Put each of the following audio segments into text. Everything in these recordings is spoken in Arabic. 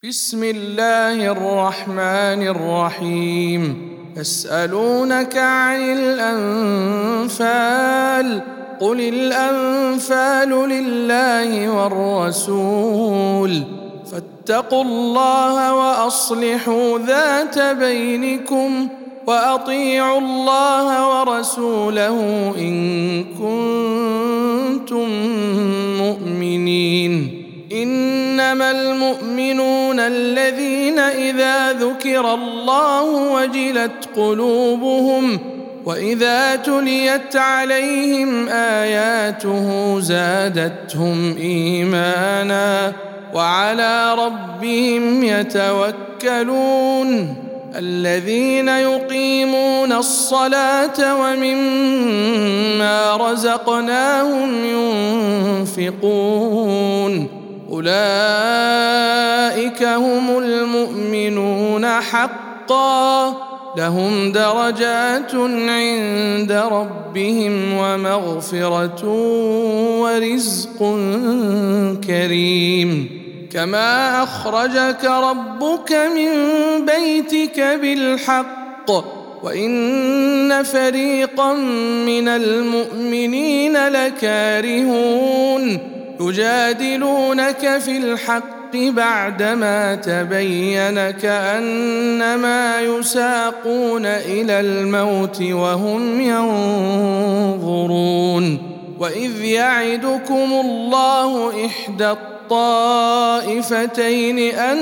بسم الله الرحمن الرحيم. يسألونك عن الأنفال قل الأنفال لله والرسول فاتقوا الله وأصلحوا ذات بينكم وأطيعوا الله ورسوله إن كنتم مؤمنين. إنما المؤمنون الذين إذا ذكر الله وجلت قلوبهم وإذا تليت عليهم آياته زادتهم إيمانا وعلى ربهم يتوكلون. الذين يقيمون الصلاة ومما رزقناهم ينفقون أولئك هم المؤمنون حقا لهم درجات عند ربهم ومغفرة ورزق كريم. كما أخرجك ربك من بيتك بالحق وإن فريقا من المؤمنين لكارهون يجادلونك في الحق بعدما تبين كأنما يساقون إلى الموت وهم ينظرون. وإذ يعدكم الله إحدى الطائفتين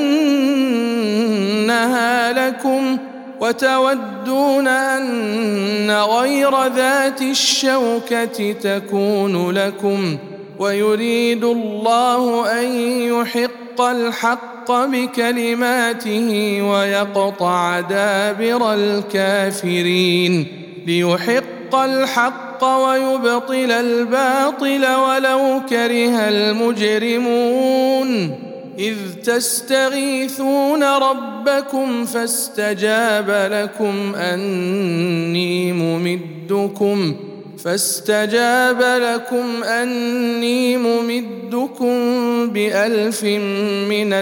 أنها لكم وتودون أن غير ذات الشوكة تكون لكم ويريد الله أن يحق الحق بكلماته ويقطع دابر الكافرين ليحق الحق ويبطل الباطل ولو كره المجرمون. إذ تستغيثون ربكم فاستجاب لكم أني ممدكم ب1000 من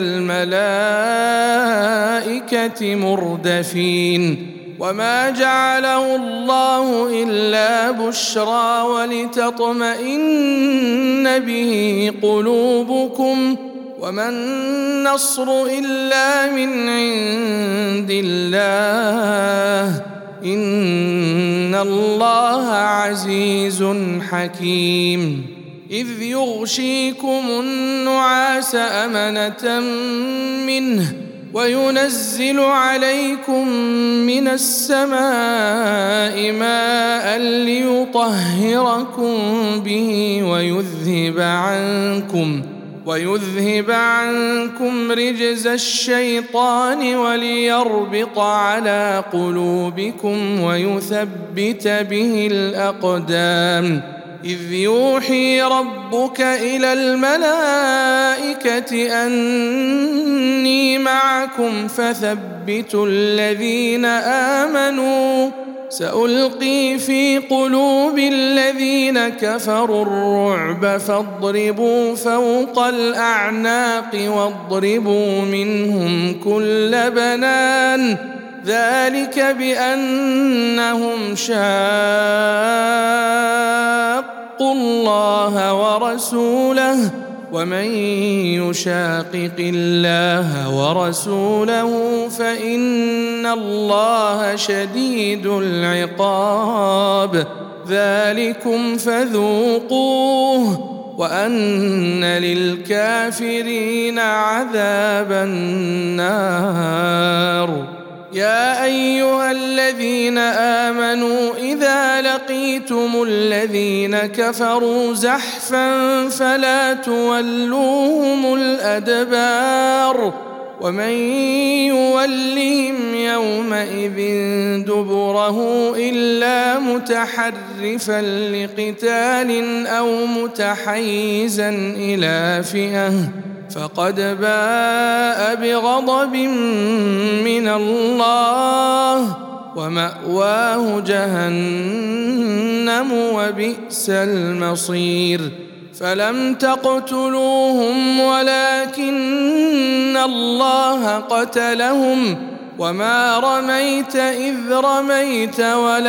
الملائكة مردفين. وما جعله الله إلا بشرى ولتطمئن به قلوبكم وما النصر إلا من عند الله إن الله عزيز حكيم. إذ يغشيكم النعاس أمنة منه وينزل عليكم من السماء ماء ليطهركم به ويذهب عنكم رجز الشيطان وليربط على قلوبكم ويثبت به الأقدام. إذ يوحي ربك إلى الملائكة أني معكم فثبتوا الذين آمنوا سألقي في قلوب الذين كفروا الرعب فاضربوا فوق الأعناق واضربوا منهم كل بنان ذلك بأنهم شاقوا الله ورسوله ومن يشاقق الله ورسوله فإن الله شديد العقاب. ذلكم فذوقوه وأن للكافرين عذاب النار. يا أيها الذين آمنوا إذا لقيتم الذين كفروا زحفا فلا تولوهم الأدبار ومن يولهم يومئذ دبره إلا متحرفا لقتال أو متحيزا إلى فئة فقد باء بغضب من الله ومأواه جهنم وبئس المصير. فلم تقتلوهم ولكن الله قتلهم وما رميت إذ رميت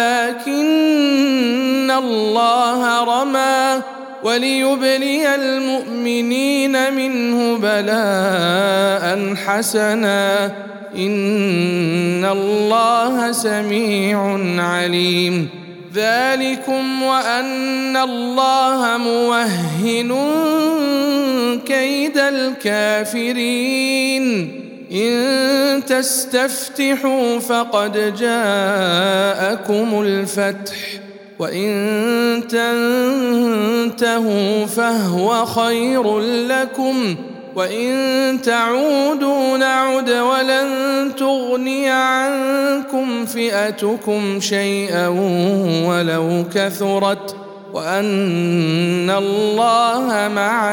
ولكن الله رمى وليبلي المؤمنين منه بلاء حسنا إن الله سميع عليم. ذلكم وأن الله موهن كيد الكافرين. إن تستفتحوا فقد جاءكم الفتح وإن تنتهوا فهو خير لكم وإن تعودوا نعد ولن تغني عنكم فئتكم شيئا ولو كثرت وأن الله مع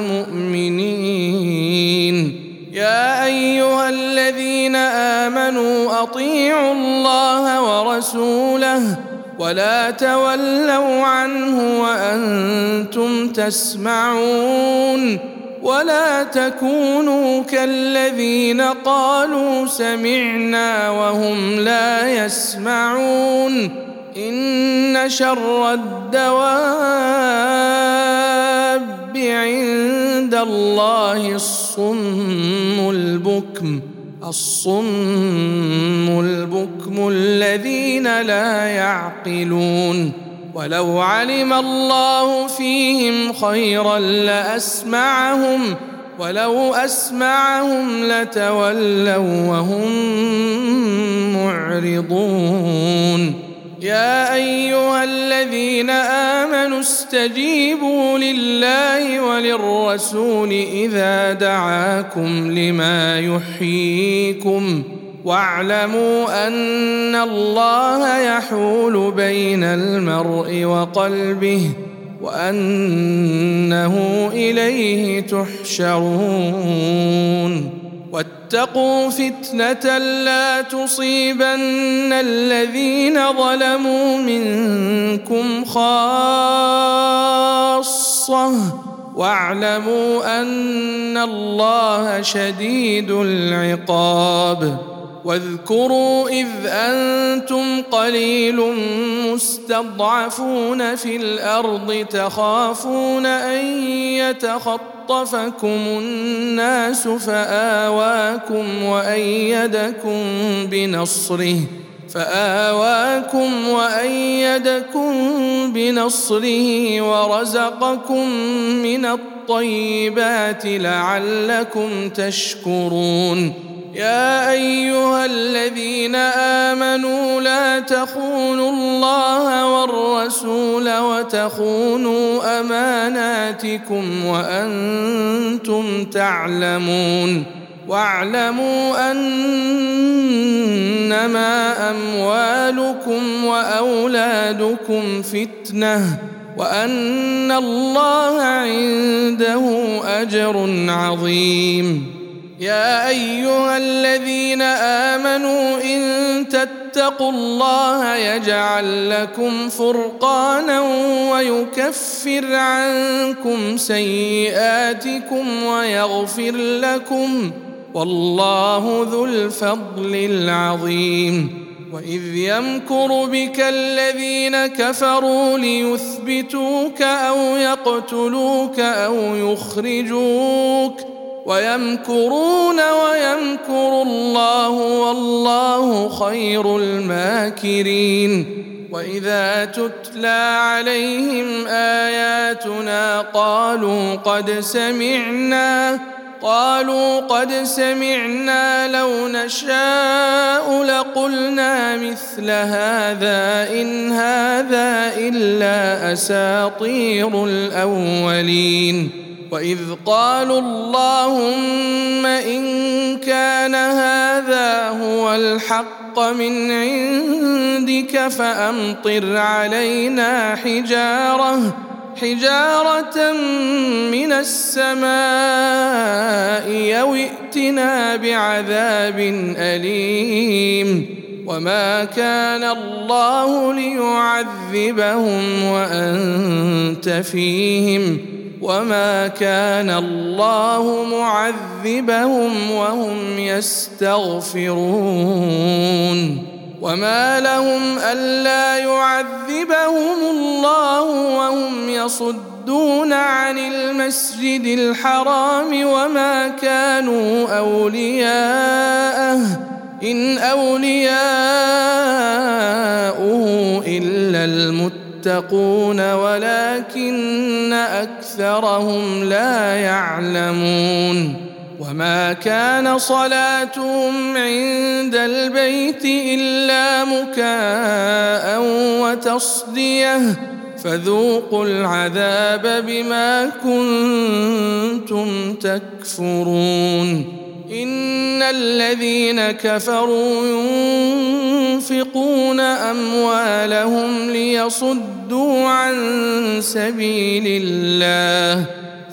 المؤمنين. يا أيها الذين آمنوا أطيعوا الله ورسوله ولا تولوا عنه وأنتم تسمعون ولا تكونوا كالذين قالوا سمعنا وهم لا يسمعون. إن شر الدواب عند الله الصم البكم الذين لا يعقلون. ولو علم الله فيهم خيرا لأسمعهم ولو أسمعهم لتولوا وهم معرضون. يا أيها الذين آمنوا استجيبوا لله وللرسول إذا دعاكم لما يحييكم واعلموا أن الله يحول بين المرء وقلبه وأنه إليه تحشرون. واتقوا فتنة لا تصيبن الذين ظلموا منكم خاصة واعلموا أن الله شديد العقاب. واذكروا إذ أنتم قليل مستضعفون في الأرض تخافون أن يتخطفكم الناس فآواكم وأيدكم بنصره ورزقكم من الطيبات لعلكم تشكرون. يا أيها الذين آمنوا لا تخونوا الله والرسول وتخونوا أماناتكم وأنتم تعلمون. واعلموا أنما أموالكم وأولادكم فتنة وأن الله عنده أجر عظيم. يا أيها الذين آمنوا إن تتقوا الله يجعل لكم فرقانا ويكفر عنكم سيئاتكم ويغفر لكم والله ذو الفضل العظيم. وإذ يمكر بك الذين كفروا ليثبتوك أو يقتلوك أو يخرجوك ويمكرون ويمكر الله والله خير الماكرين. وإذا تتلى عليهم آياتنا قالوا قد سمعنا لو نشاء لقلنا مثل هذا إن هذا إلا أساطير الأولين. وإذ قالوا اللهم إن كان هذا هو الحق من عندك فأمطر علينا حجارة من السماء أو ائتنا بعذاب أليم. وما كان الله ليعذبهم وأنت فيهم وما كان الله معذبهم وهم يستغفرون وما لهم ألا يعذبهم الله وهم يصدون عن المسجد الحرام وما كانوا أولياءه إن أولياؤه إلا المتقون ولكن أكثرهم لا يعلمون وما كان صلاتهم عند البيت إلا مكاء وتصدية فذوقوا العذاب بما كنتم تكفرون إن الذين كفروا ينفقون أموالهم ليصدوا عن سبيل الله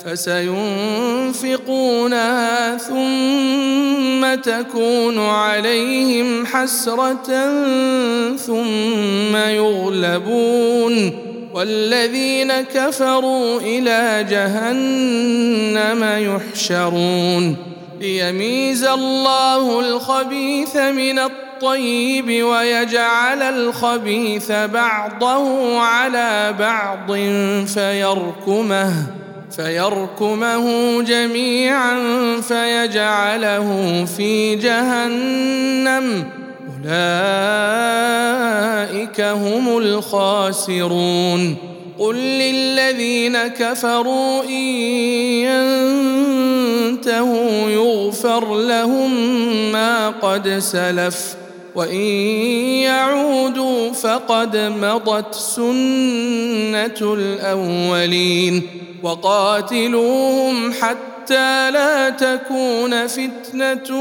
فسينفقونها ثم تكون عليهم حسرة ثم يغلبون والذين كفروا إلى جهنم يحشرون ليميز الله الخبيث من الطيب ويجعل الخبيث بعضه على بعض فيركمه جميعا فيجعله في جهنم أولئك هم الخاسرون قل للذين كفروا إن ينتهوا يغفر لهم ما قد سلف وإن يعودوا فقد مضت سنة الأولين وقاتلوهم حتى لا تكون فتنة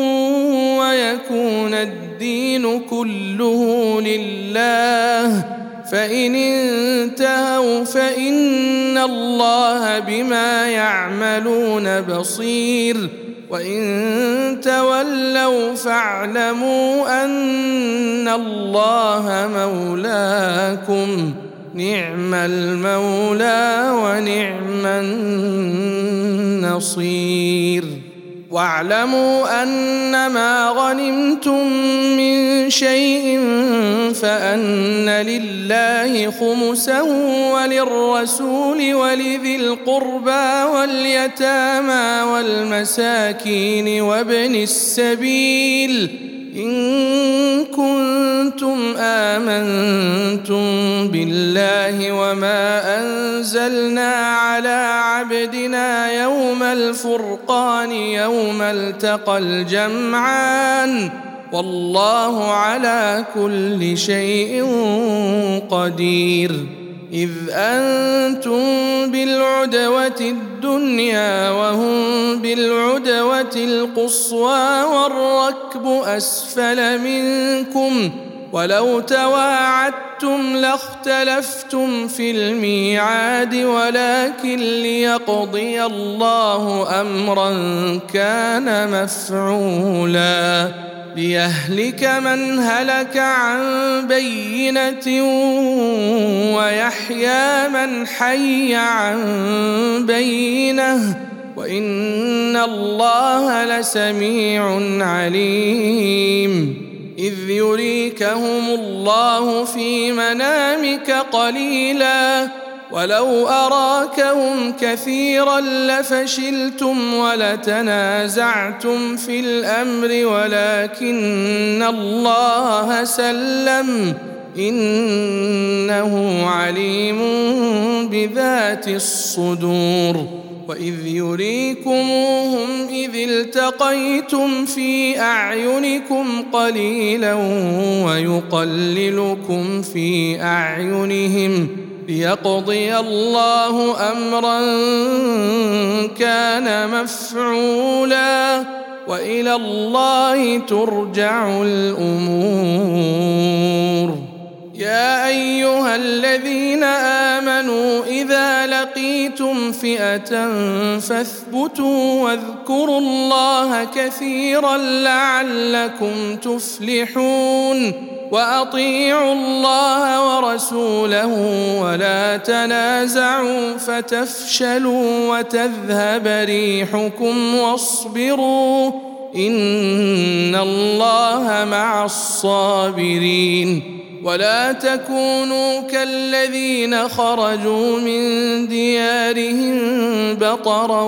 ويكون الدين كله لله فإن انتهوا فإن الله بما يعملون بصير وإن تولوا فاعلموا أن الله مولاكم نعم المولى ونعم النصير واعلموا أنما غنمتم من شيء فأن لله خمسه وللرسول ولذي القربى واليتامى والمساكين وابن السبيل إن كنتم آمنتم بالله وما أنزلنا على عبدنا يوم الفرقان يوم التقى الجمعان والله على كل شيء قدير إذ أنتم بالعدوة الدنيا وهم بالعدوة القصوى والركب أسفل منكم ولو تواعدتم لاختلفتم في الميعاد ولكن ليقضي الله أمرا كان مفعولا ليهلك من هلك عن بينة ويحيى من حي عن بينة وإن الله لسميع عليم إذ يريكهم الله في منامك قليلا ولو أراكهم كثيرا لفشلتم ولتنازعتم في الأمر ولكن الله سلم إنه عليم بذات الصدور وإذ يريكموهم إذ التقيتم في أعينكم قليلا ويقللكم في أعينهم ليقضي الله أمرا كان مفعولا وإلى الله ترجع الأمور يا أيها الذين آمنوا إذا لقيتم فئة فاثبتوا واذكروا الله كثيرا لعلكم تفلحون وأطيعوا الله ورسوله ولا تنازعوا فتفشلوا وتذهب ريحكم واصبروا إن الله مع الصابرين ولا تكونوا كالذين خرجوا من ديارهم بطرا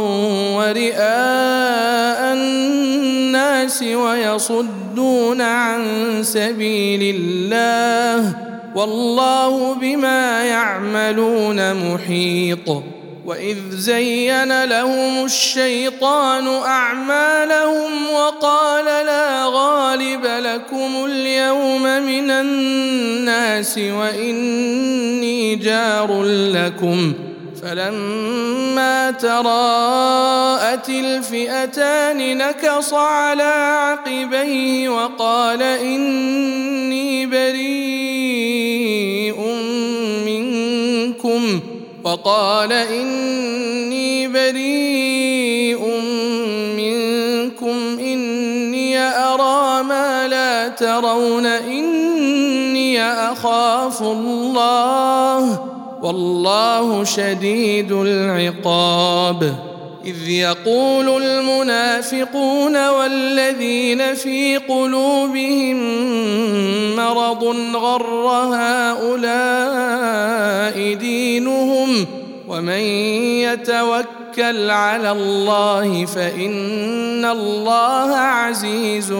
ورئاء الناس ويصدون عن سبيل الله والله بما يعملون محيط وإذ زين لهم الشيطان أعمالهم وقال لا غالب لكم اليوم من الناس وإني جار لكم فلما تراءت الفئتان نكص على عقبيه وقال إني بريء منكم إني أرى ما لا ترون إني أخاف الله والله شديد العقاب إذ يقول المنافقون والذين في قلوبهم مرض غر هؤلاء دينهم ومن يتوكل على الله فإن الله عزيز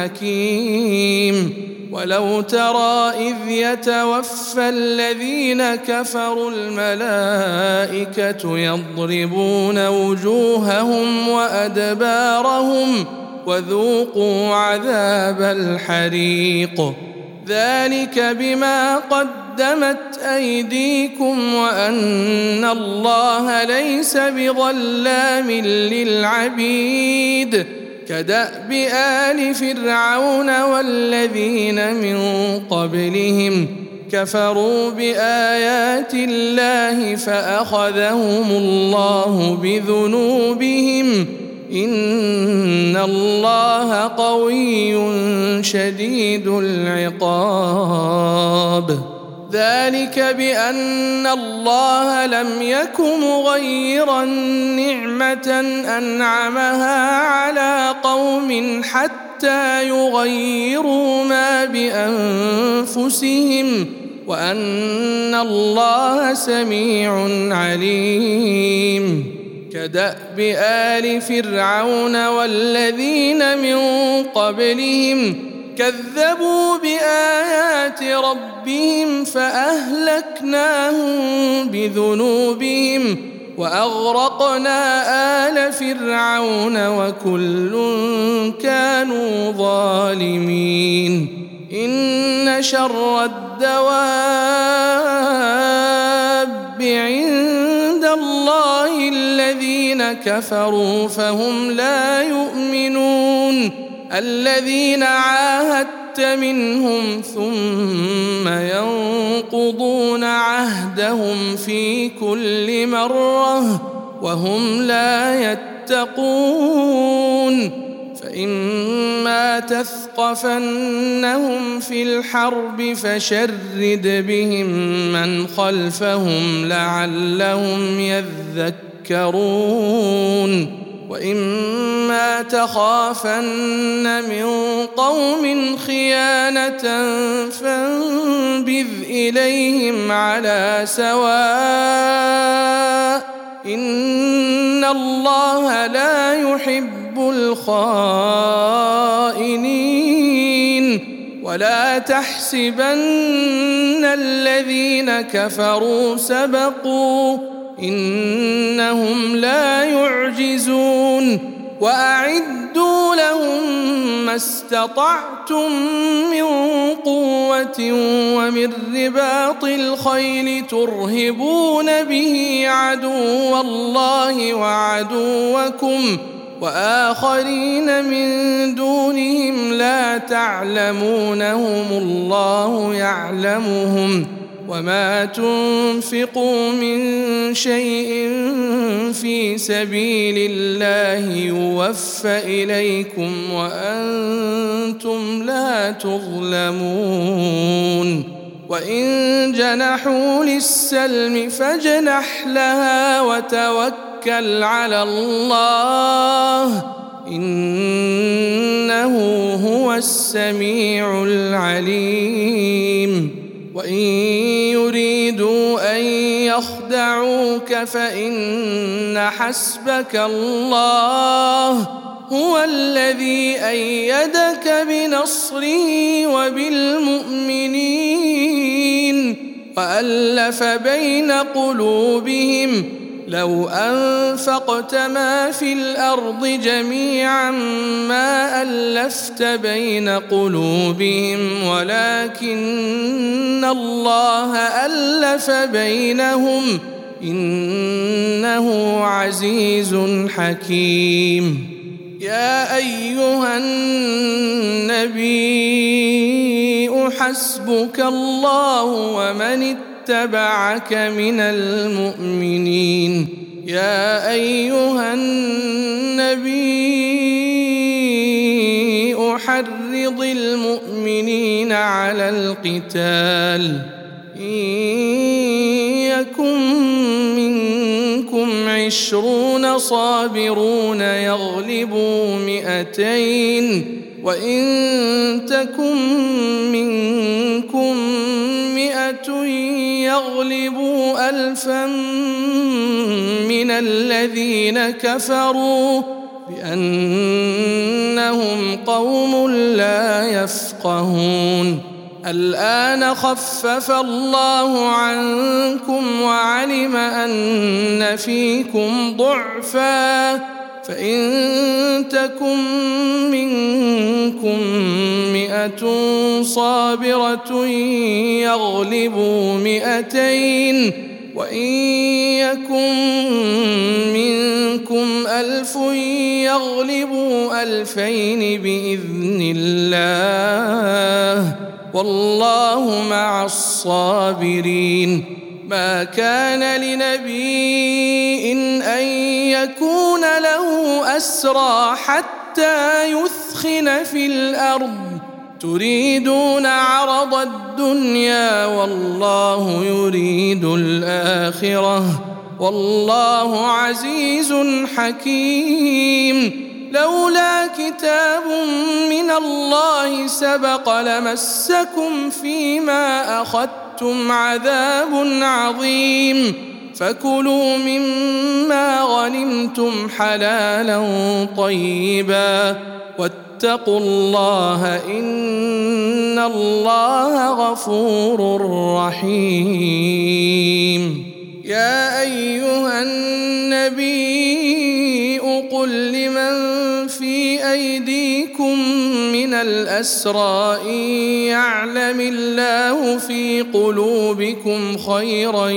حكيم ولو ترى إذ يتوفى الذين كفروا الملائكة يضربون وجوههم وأدبارهم وذوقوا عذاب الحريق ذلك بما قدمت أيديكم وأن الله ليس بظلام للعبيد كدأب آل فرعون والذين من قبلهم كفروا بآيات الله فأخذهم الله بذنوبهم إن الله قوي شديد العقاب ذلك بأن الله لم يك مغيرا نعمة أنعمها على قوم حتى يغيروا ما بأنفسهم وأن الله سميع عليم كدأب آل فرعون والذين من قبلهم كذبوا بآيات ربهم فأهلكناهم بذنوبهم وأغرقنا آل فرعون وكل كانوا ظالمين إن شر الدواب عند الله الذين كفروا فهم لا يؤمنون الذين عاهدت منهم ثم ينقضون عهدهم في كل مرة وهم لا يتقون فإما تثقفنهم في الحرب فشرد بهم من خلفهم لعلهم يذكرون وإما تخافن من قوم خيانة فانبذ إليهم على سواء إن الله لا يحب الخائنين ولا تحسبن الذين كفروا سبقوا إنهم لا يعجزون وأعدوا لهم ما استطعتم من قوة ومن رباط الخيل ترهبون به عدو الله وعدوكم وآخرين من دونهم لا تعلمونهم الله يعلمهم وما تنفقوا من شيء في سبيل الله يوفى إليكم وأنتم لا تظلمون وإن جنحوا للسلم فاجنح لها وتوكل على الله إنه هو السميع العليم وإن يريدوا أن يخدعوك فإن حسبك الله هو الذي أيدك بنصره وبالمؤمنين وألف بين قلوبهم لو أنفقت ما في الأرض جميعا ما ألفت بين قلوبهم ولكن الله ألف بينهم إنه عزيز حكيم يا أيها النبي حسبك الله ومن اتبعك من المؤمنين يا أيها النبي حرض المؤمنين على القتال إن يكن منكم 20 صابرون يغلبوا 200 وإن تكن منكم 100 يغلبوا 1000 من الذين كفروا بأنهم قوم لا يفقهون الآن خفف الله عنكم وعلم أن فيكم ضعفا فإن تكن منكم 100 صابرة يغلبوا 200 وإن يكن منكم 1000 يغلبوا 2000 بإذن الله والله مع الصابرين ما كان لنبي أن يكون له أسرى حتى يثخن في الأرض تريدون عرض الدنيا والله يريد الآخرة والله عزيز حكيم لولا كتاب من الله سبق لمسكم فيما أخذتم عذاب عظيم فكلوا مما غنمتم حلالا طيبا واتقوا الله إن الله غفور رحيم يا أيها النبي قل لمن في أيديكم من الأسرى إن يعلم الله في قلوبكم خيرا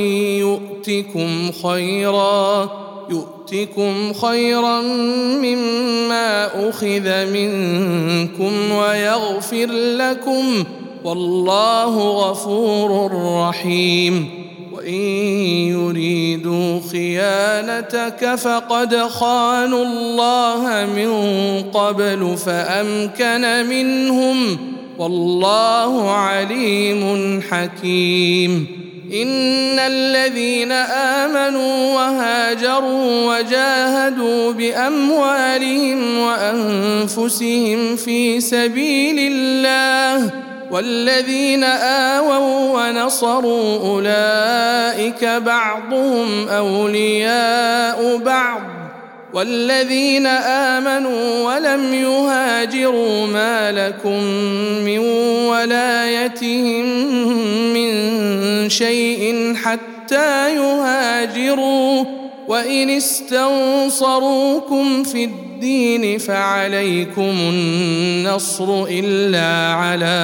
يؤتكم خيرا مما أخذ منكم ويغفر لكم والله غفور رحيم وإن يريدوا خيانتك فقد خانوا الله من قبل فأمكن منهم والله عليم حكيم إن الذين آمنوا وهاجروا وجاهدوا بأموالهم وأنفسهم في سبيل الله والذين آووا ونصروا أولئك بعضهم أولياء بعض والذين آمنوا ولم يهاجروا ما لكم من ولايتهم من شيء حتى يهاجروا وإن استنصروكم في الدين فعليكم النصر إلا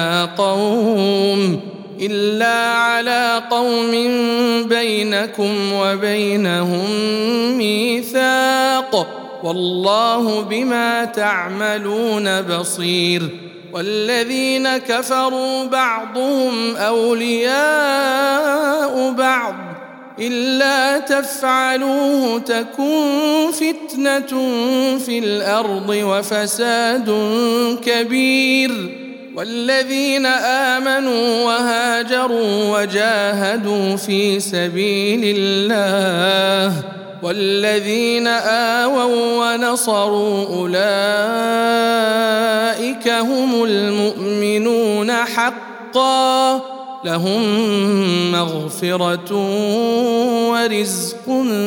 على قوم بينكم وبينهم ميثاق والله بما تعملون بصير والذين كفروا بعضهم أولياء بعض إلا تفعلوه تكن فتنة في الأرض وفساد كبير. والذين آمنوا وهاجروا وجاهدوا في سبيل الله والذين آووا ونصروا أولئك هم المؤمنون حقا لهم مغفرة ورزق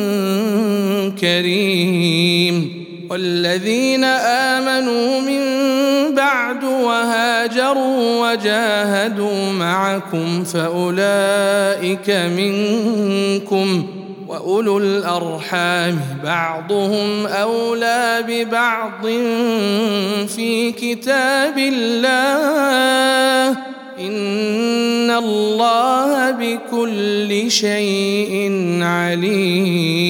كريم. والذين آمنوا من بعد وهاجروا وجاهدوا معكم فأولئك منكم وأولو الأرحام بعضهم أولى ببعض في كتاب الله إن الله بكل شيء عليم.